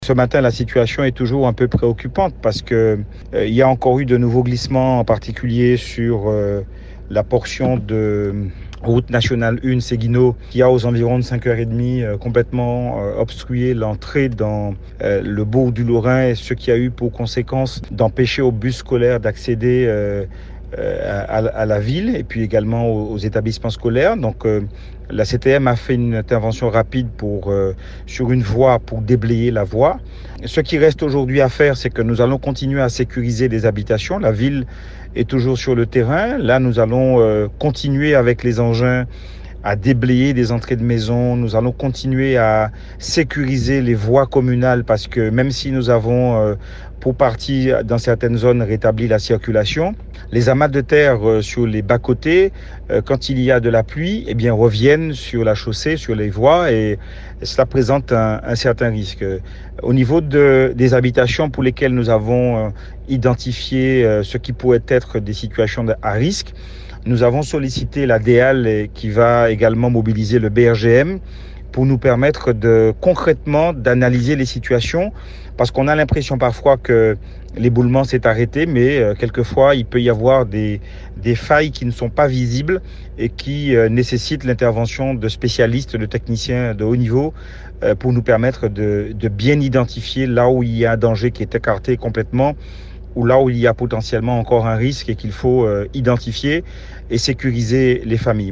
Ce matin, la situation est toujours un peu préoccupante parce que il y a encore eu de nouveaux glissements, en particulier sur la portion de route nationale 1 Séguino qui a aux environs de 5h30 complètement obstrué l'entrée dans le bourg du Lorrain, ce qui a eu pour conséquence d'empêcher aux bus scolaires d'accéder à la ville et puis également aux établissements scolaires. Donc la CTM a fait une intervention rapide sur une voie pour déblayer la voie. Ce qui reste aujourd'hui à faire, c'est que nous allons continuer à sécuriser les habitations. La ville est toujours sur le terrain. Là, nous allons continuer avec les engins à déblayer des entrées de maison. Nous allons continuer à sécuriser les voies communales parce que même si nous avons pour partie dans certaines zones rétabli la circulation, les amas de terre sur les bas-côtés, quand il y a de la pluie, eh bien, reviennent sur la chaussée, sur les voies et cela présente un certain risque. Au niveau des habitations pour lesquelles nous avons identifié ce qui pourrait être des situations à risque, nous avons sollicité la DEAL qui va également mobiliser le BRGM pour nous permettre concrètement d'analyser les situations parce qu'on a l'impression parfois que l'éboulement s'est arrêté, mais quelquefois il peut y avoir des failles qui ne sont pas visibles et qui nécessitent l'intervention de spécialistes, de techniciens de haut niveau pour nous permettre de bien identifier là où il y a un danger qui est écarté complètement ou là où il y a potentiellement encore un risque et qu'il faut identifier et sécuriser les familles.